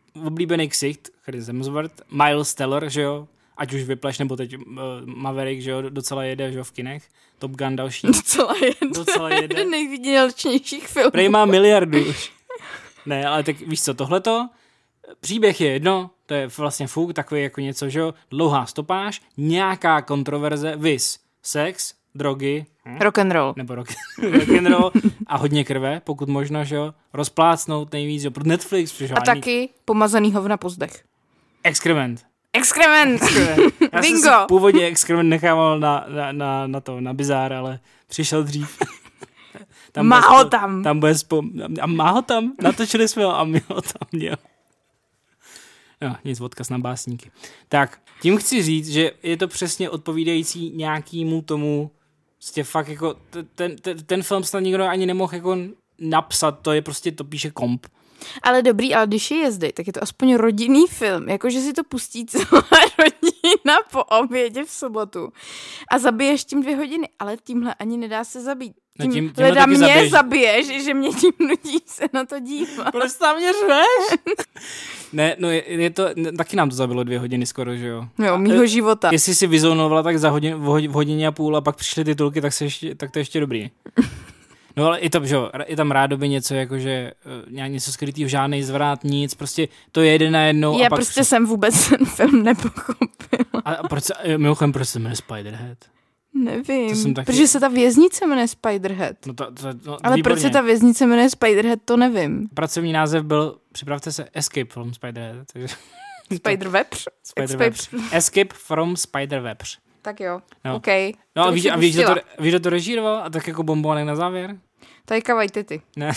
oblíbený ksicht, Chris Hemsworth, Miles Teller, že jo, ať už Whiplash, nebo teď Maverick, že jo, docela jede, že jo, v kinech. Top Gun další. Docela jede. Nejvýdělečnějších filmů. Prej má miliardy už. Ne, ale tak víš co, tohleto, příběh je jedno, to je vlastně fuk, takový jako něco, že jo, dlouhá stopáž, nějaká kontroverze, vis, sex, drogy, rock'n'roll. Nebo rock'n'roll a hodně krve, pokud možno, že jo, rozplácnout nejvíc, jo, pro Netflix. A taky pomazaný hovna po zdech. Exkrement. Já Bingo. jsem si původně exkrement nechával na Bizarre, ale přišel dřív. Má ho tam. A má ho tam. Natočili jsme ho a my ho tam měl. No, nic, odkaz na básníky. Tak, tím chci říct, že je to přesně odpovídající nějakému tomu, prostě fakt jako, ten film snad nikdo ani nemohl jako napsat, to je prostě, to píše komp. Ale dobrý, ale když je jezdy, tak je to aspoň rodinný film, jakože si to pustí celá rodina po obědě v sobotu a zabiješ tím 2 hodiny, ale tímhle ani nedá se zabít. Tím leda mě zabiješ, že mě tím nutí se na to dívat. Proč tam mě řveš? Ne, no je to, taky nám to zabilo 2 hodiny skoro, že jo? Jo, mýho života. Jestli si vyzónovala tak za hodině a půl a pak přišly titulky, tak to je ještě dobrý. No ale i to, že jo, je tam rádoby něco jakože něco skrytý, žádnej zvrat, nic, prostě to jede najednou. Já prostě jsem vůbec ten film nepochopila. A mimochodem, proč se jmenuje Spiderhead? Nevím, protože se ta věznice jmenuje Spiderhead. No ale výborně. proč se ta věznice jmenuje Spiderhead, to nevím. Pracovní název byl, připravte se, Escape from Spiderhead. Spiderwebř? Escape from Spiderwebř. Tak jo, no. OK. No a víš, že to režíroval a tak jako bombonek na závěr? Taika Waititi. Ne.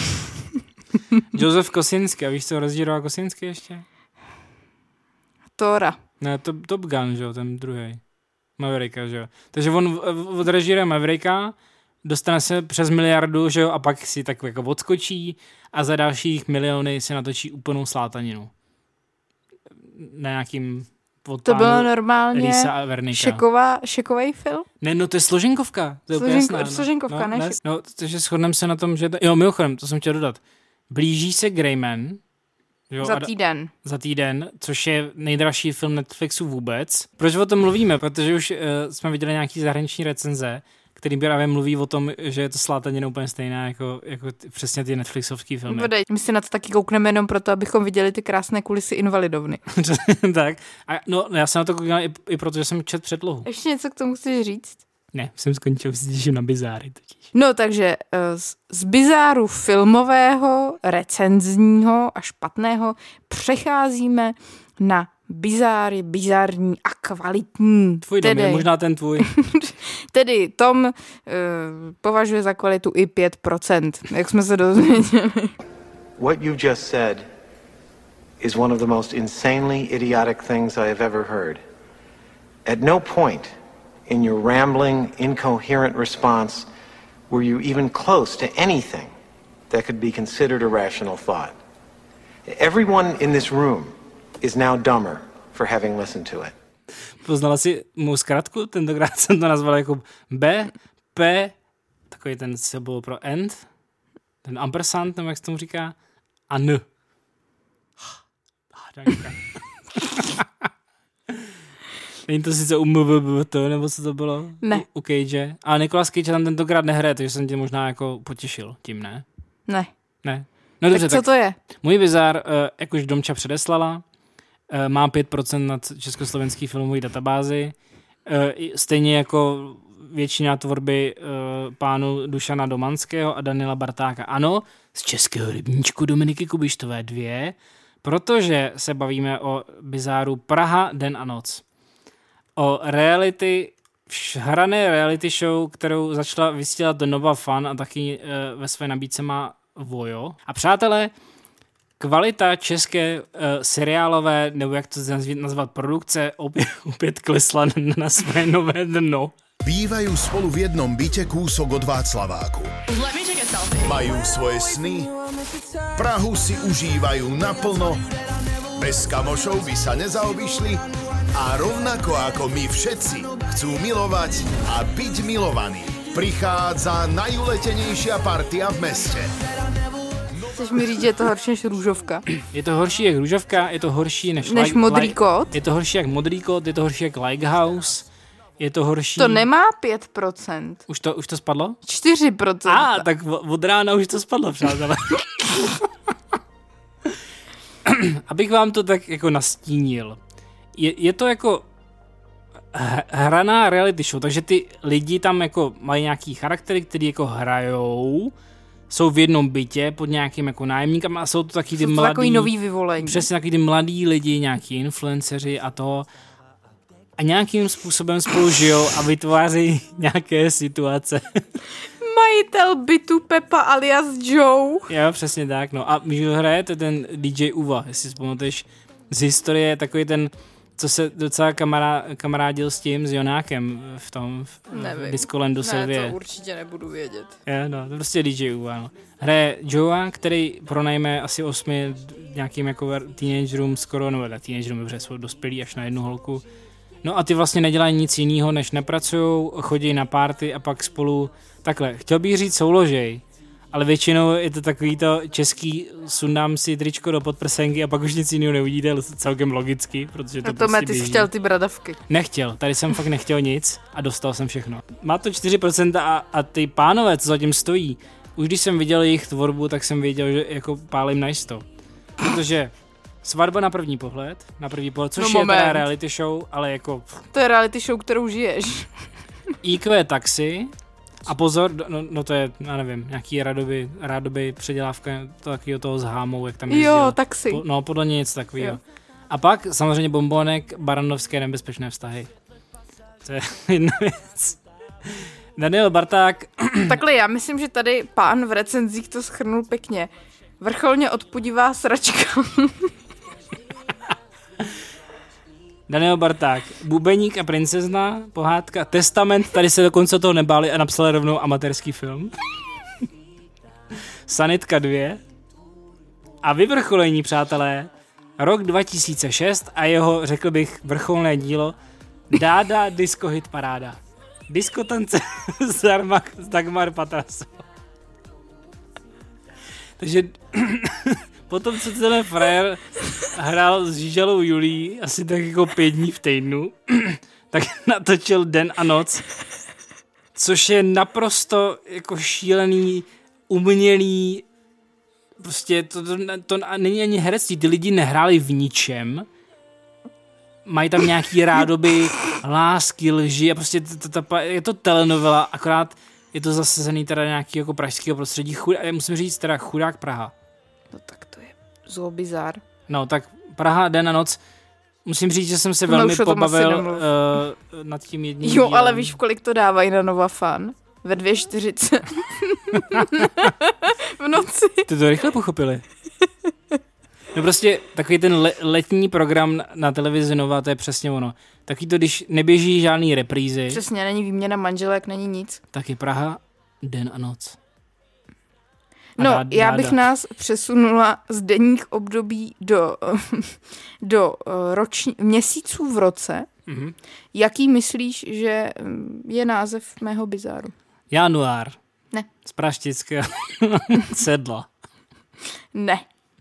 Josef Kosinski, a víš, co režíroval Kosinski ještě? Tora. Ne, Top Gun, že jo, ten druhý. Mavericka, že jo. Takže on odrežíruje Mavericka, dostane se přes 1 miliardu, že jo, a pak si tak jako odskočí a za dalších miliony si natočí úplnou slátaninu. Na nějakým to bylo normálně šekový film? Ne, no to je složenkovka. To je úplně jasná. Složenkovka, no, no, takže shodneme se na tom, že... Jo, mimochodem, to jsem chtěl dodat. Blíží se Greyman. Jo, za týden, což je nejdražší film Netflixu vůbec. Proč o tom mluvíme? Protože už jsme viděli nějaký zahraniční recenze, který právě mluví o tom, že je to slátanina úplně stejná jako přesně ty Netflixovský filmy. Bodej, my si na to taky koukneme jenom proto, abychom viděli ty krásné kulisy Invalidovny. Tak. A no, já jsem na to koukal i proto, že jsem četl předlohu. Ještě něco k tomu chceš říct? Ne, jsem skončil, si těším na Bizáry totiž. No, takže z Bizáru filmového, recenzního a špatného přecházíme na Bizáry, bizarní a kvalitní. Tvůj dom je možná ten tvůj. Tedy Tom považuje za kvalitu i 5%, jak jsme se dozvěděli. What you just said is one of the most insanely idiotic things I have ever heard. At no point in your rambling, incoherent response were you even close to anything that could be considered a rational thought. Everyone in this room is now dumber for having listened to it. Poznala si mou zkratku? Tentokrát jsem to nazval jako B, P, takový ten symbol pro end, ten ampersand, nebo jak se tomu říká, a N. Není to sice nebo co to bylo? Ne. U Cage. Ale Nicolas Cage tam tentokrát nehraje, takže jsem tě možná jako potěšil tím, ne? Ne. Ne. No dobře, tak co to je? Můj bizar, jak už Domča předeslala, má 5% nad československý filmový databázi. Stejně jako většina tvorby pánu Dušana Domanského a Daniela Bartáka. Ano, z Českého rybníčku Dominiky Kubištové 2, protože se bavíme o bizáru Praha, den a noc. O hrané reality show, kterou začala vysílat Nova Fun a taky ve své nabídce má Vojo. A přátelé, kvalita české seriálové, nebo jak to nazvat, produkce opět klesla na své nové dno. Bývajú spolu v jednom byte kúsok od Václaváku. Majú svoje sny, Prahu si užívajú naplno, bez kamošov by sa nezaobišli a rovnako ako my všetci chcú milovať a byť milovaní. Prichádza najuletenejšia partia v meste. Chceš mi říct, že je to horší než růžovka? Je to horší jak růžovka, je to horší než modrý kód? Je to horší jak modrý kód, je to horší jak Lighthouse, je to horší... To nemá 5%. Už to spadlo? 4%. Tak od rána už to spadlo, přátelé. Abych vám to tak jako nastínil. Je to jako hraná reality show, takže ty lidi tam jako mají nějaký charaktery, který jako hrajou, jsou v jednom bytě pod nějakým jako nájemníkem a jsou to taky ty mladí... takový nový vyvolení. Přesně taky ty mladí lidi, nějaký influenceři a to. A nějakým způsobem spolu žijou a vytváří nějaké situace. Majitel bytu Pepa alias Joe. Jo, přesně tak, no. A kdo hraje, to je ten DJ Uva, jestli si pamatuješ z historie, takový ten, co se docela kamarádil s tím, s Jonákem v tom v Discolandu Sylvie. Ne, to určitě nebudu vědět. Je, no, to prostě DJ Uva, no. Hraje Joea, který pronajme asi 8 nějakým jako teenagerům skoro, nebo teenagerům, dobře, jsou dospělí až na jednu holku. No a ty vlastně nedělají nic jiného, než nepracujou, chodí na party a pak spolu, takhle, chtěl bych říct souložej, ale většinou je to takový to český, sundám si tričko do podprsenky a pak už nic jiného neuvidíte, celkem logicky, protože to no to prostě ty běží. jsi chtěl ty bradavky. Nechtěl, tady jsem fakt nechtěl nic a dostal jsem všechno. Má to 4% a ty pánové, co zatím stojí, už když jsem viděl jejich tvorbu, tak jsem věděl, že jako pálím najisto. Protože svatba na první pohled, což je teda reality show, ale jako... To je reality show, kterou žiješ. IQ taxi a pozor, no to je, já nevím, nějaký rádoby předělávka takového toho s Hámou, jak tam jezdil. Jo, taxi. No, podle něj něco takového. A pak samozřejmě Bombonek, Baranovské nebezpečné vztahy. To je jedna věc. Daniel Barták. Takhle já myslím, že tady pán v recenzích to shrnul pěkně. Vrcholně odpudivá sračka. Daniel Barták, Bubeník a princezna, pohádka, Testament, tady se dokonce toho nebáli a napsali rovnou amatérský film. Sanitka 2. A vyvrcholení, přátelé, rok 2006 a jeho, řekl bych, vrcholné dílo Dáda Disco Hit Paráda. Diskotance s Dagmar Patrasovou. Takže potom, co ten frajer hrál s Žížalou Julí asi tak jako 5 dní v týdnu, tak natočil Den a noc, což je naprosto jako šílený, umělý, prostě to není ani herectví, ty lidi nehráli v ničem, mají tam nějaký rádoby, lásky, lži a prostě je to telenovela, akorát je to zasazený teda nějaký jako pražského prostředí, musím říct teda chudák Praha. No tak to je zoobizár. No tak Praha, Den a noc, musím říct, že jsem se velmi pobavil nad tím jedním Jo, dílem. Ale víš, v kolik to dávají na Nova Fun? Ve 2:40. V noci. Ty to rychle pochopili. No prostě takový ten letní program na televizi Nova, to je přesně ono. Taky to, když neběží žádný reprízy. Přesně, není výměna manželek, není nic. Tak je Praha, Den a noc. Já bych nás přesunula z denních období do měsíců v roce. Mm-hmm. Jaký myslíš, že je název mého bizáru? Január. Ne. Z praštického sedla. Ne.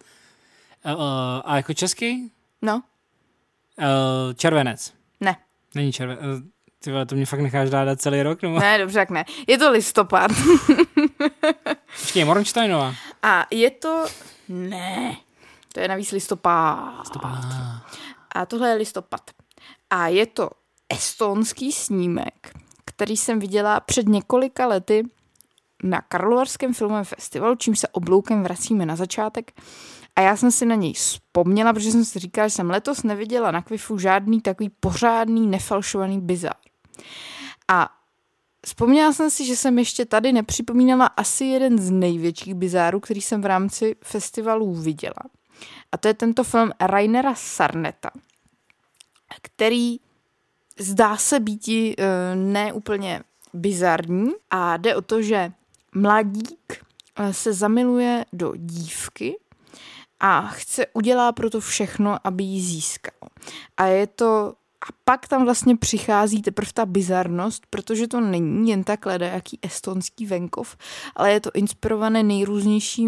A jako český? No. Červenec. Ne. Není červenec. Ty vole, to mě fakt necháš dát celý rok? Nebo? Ne, dobře, jak ne. Je to listopad. Počkej, Mornsteinová. A je to... Ne. To je navíc listopad. A tohle je listopad. A je to estonský snímek, který jsem viděla před několika lety na Karlovarském filmovém festivalu, čím se obloukem vracíme na začátek. A já jsem si na něj vzpomněla, protože jsem si říkala, že jsem letos neviděla na Kvifu žádný takový pořádný, nefalšovaný bizár. A vzpomněla jsem si, že jsem ještě tady nepřipomínala asi jeden z největších bizárů, který jsem v rámci festivalů viděla. A to je tento film Rainera Sarneta, který zdá se býti neúplně bizarní a jde o to, že mladík se zamiluje do dívky a udělá pro to všechno, aby ji získal. A pak tam vlastně přichází teprve ta bizarnost, protože to není jen tak ledajaký estonský venkov, ale je to inspirované nejrůznějším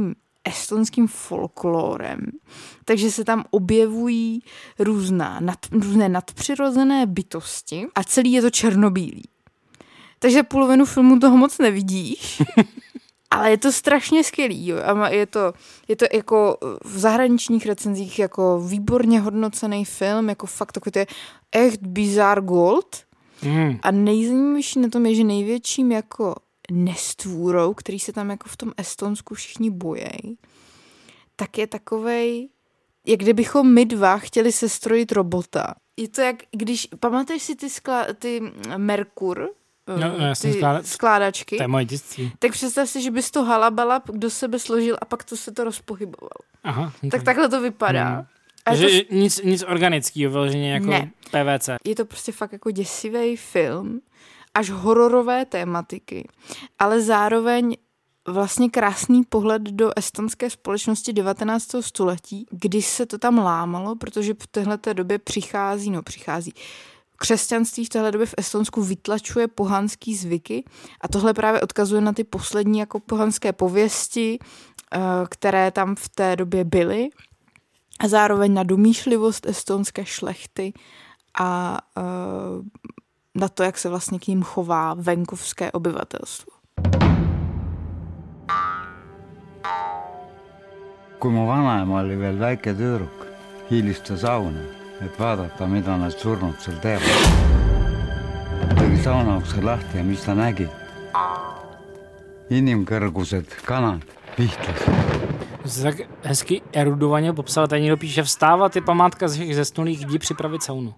estonským folklorem. Takže se tam objevují různé nadpřirozené bytosti a celý je to černobílý. Takže polovinu filmu toho moc nevidíš, ale je to strašně skvělý. Jo. A je to jako v zahraničních recenzích jako výborně hodnocený film, jako fakt takový to je echt bizarre gold. A nejzajímavější na tom je, že největším jako nestvůrou, který se tam jako v tom Estonsku všichni bojejí, tak je takovej, jak kdybychom my dva chtěli sestrojit robota. Je to jak, když, pamatuješ si ty Merkur, ty skládačky? To je moje dětství. Tak představ si, že bys to halabala do sebe složil a pak to se to rozpohybovalo. Aha. Tak takhle to vypadá. Takže nic organického, vyloženě jako ne. PVC. Je to prostě fakt jako děsivý film, až hororové tématiky, ale zároveň vlastně krásný pohled do estonské společnosti 19. století, kdy se to tam lámalo, protože v téhleté době přichází křesťanství v téhle době v Estonsku vytlačuje pohanský zvyky a tohle právě odkazuje na ty poslední jako pohanské pověsti, které tam v té době byly a zároveň na domýšlivost estonské šlechty a na to, jak se vlastně k ním chová venkovské obyvatelstvo. Kui mu vanaema oli veel väike tüdruk, hiilis ta sauna, et vaadata, mida nad surnud seal teevad. Tegi sauna ukse lahti ja mis ta nägi? Inimkõrgused kanad pihtles. Jsi tak hezky erudovaně popsal, tady někdo píše, vstávat je památka z zesnulých lidí připravit saunu.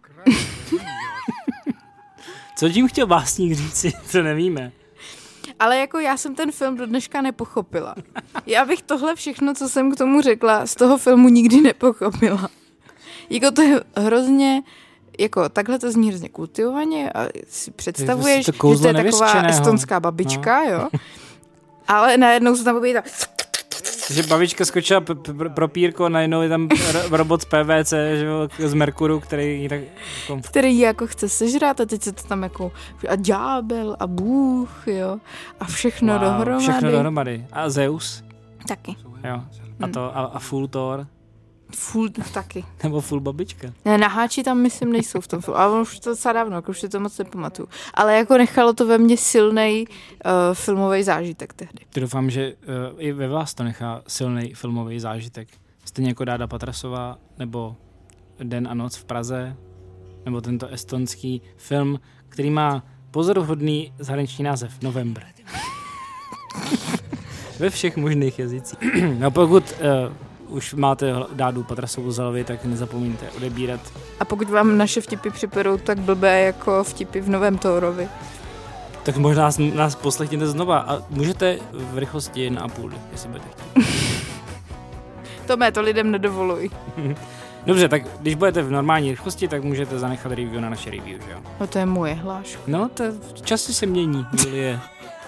Co tím chtěl básník říci, to nevíme. Ale jako já jsem ten film do dneška nepochopila. Já bych tohle všechno, co jsem k tomu řekla, z toho filmu nikdy nepochopila. Jako to je hrozně, jako takhle to zní hrozně kultivovaně a si představuješ, že to je taková estonská babička, jo. Ale najednou se tam objeví že babička skočila pro pírko, najednou je tam robot z PVC, že jo, z Merkuru, který tak jako... Který jako chce sežrát a teď se to tam jako a ďábel a Bůh, jo, a všechno dohromady. Všechno dohromady. A Zeus? Taky. Jo. A to a full Thor? Full taky. Nebo full babička? Ne, naháči tam myslím nejsou v tom filmu, ale už to docela dávno, už si to moc nepamatuju. Ale jako nechalo to ve mně silnej filmový zážitek tehdy. Doufám, že i ve vás to nechá silný filmový zážitek. Stejně jako Dáda Patrasová, nebo Den a noc v Praze, nebo tento estonský film, který má pozoruhodný zahraniční název November. Ve všech možných jazycích. No pokud už máte Dádu Patrasovou z hlavy, tak nezapomeňte odebírat. A pokud vám naše vtipy připadou tak blbé jako vtipy v novém Thorovi, tak možná nás poslechněte znova a můžete v rychlosti 1,5, jestli budete chtít. To lidem nedovoluj. Dobře, tak když budete v normální rychlosti, tak můžete zanechat review na naše review, že jo? No to je moje hláška. No, to časy se mění, Julie.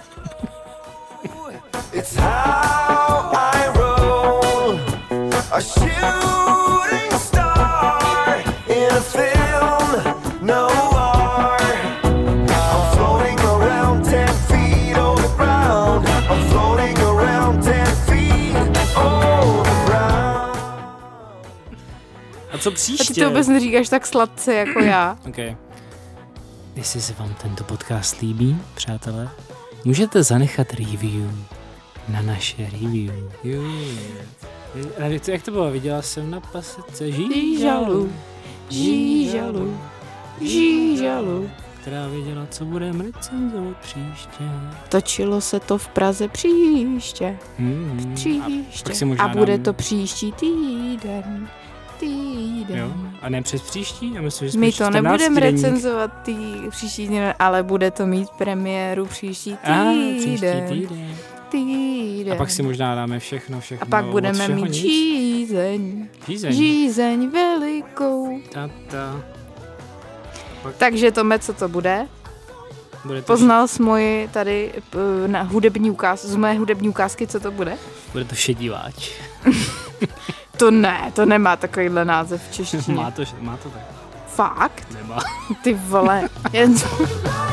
It's how I roll, a shooting star in a film noir. I'm floating around 10 feet on the ground. I'm floating around 10 feet on the ground. A co příště? A ty to vůbec neříkáš tak sladce jako já. Okay. Jestli se vám tento podcast líbí, přátelé, můžete zanechat review na naše review. Jak to bylo? Viděla jsem na pasece Žížalu. Která věděla, co budeme recenzovat příště. Točilo se to v Praze příště. A bude to příští týden. Jo? A ne přes příští? Já myslím, že my to nebudeme recenzovat příští týden, ale bude to mít premiéru příští týden. A pak si možná dáme všechno. A pak budeme mít žízeň velikou. Takže Tome, co to bude? Poznal jsi moji tady na hudební ukázku, z mé hudební ukázky, co to bude? Bude to Šediváč. To nemá takovýhle název v češtině. Má to tak. Fakt? Nemá. Ty vole.